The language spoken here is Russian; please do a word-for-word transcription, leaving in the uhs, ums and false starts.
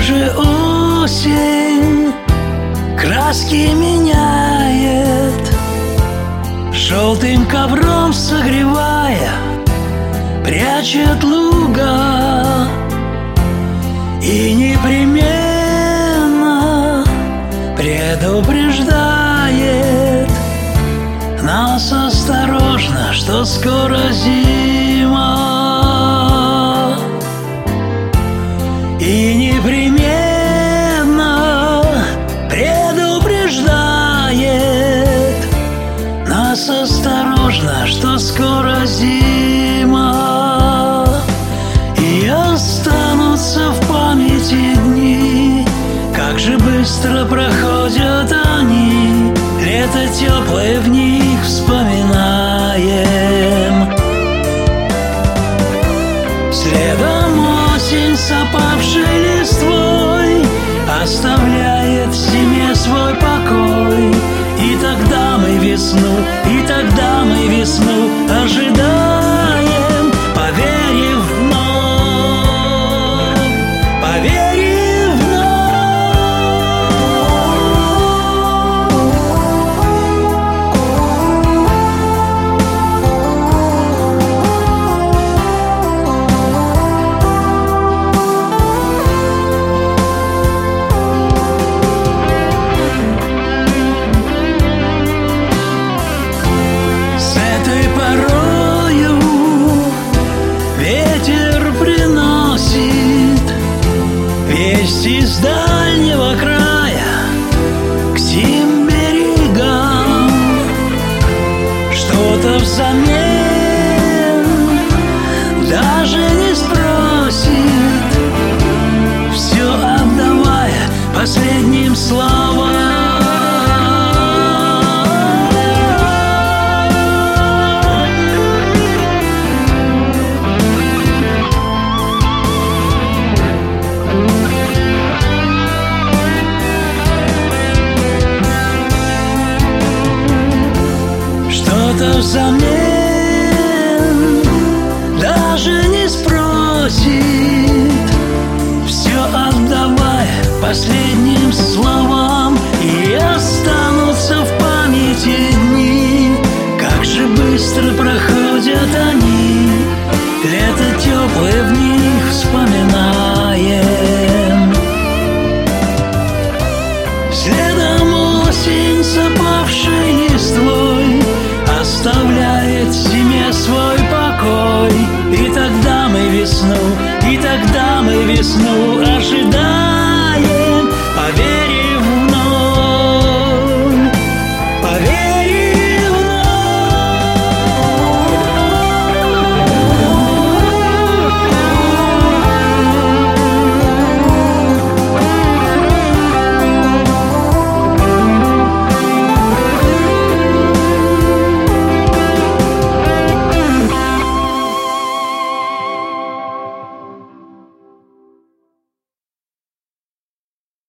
же осень краски меняет, желтым ковром согревая, прячет луга и непременно предупреждает нас осторожно, что скоро зима. И непременно предупреждает нас осторожно, что скоро зима. И останутся в памяти дни, как же быстро проходят они. Лето теплое, в них вспоминаем. Следом осень с опавшей листвой оставляет в зиме свой покой. И тогда мы весну, и тогда мы весну ожидаем, поверив вновь, поверив из дальнего края к сим берегам что-то взамен даже не спросит, все отдавая последним словам. Что-то взамен даже не спросит, все отдавая последним словам. И останутся в памяти дни, как же быстро проходят они. Лето теплое, в них вспоминаем. Следом осень с опавшей листвой оставляет в зиме свой покой. И тогда мы весну, и тогда мы весну ожидаем.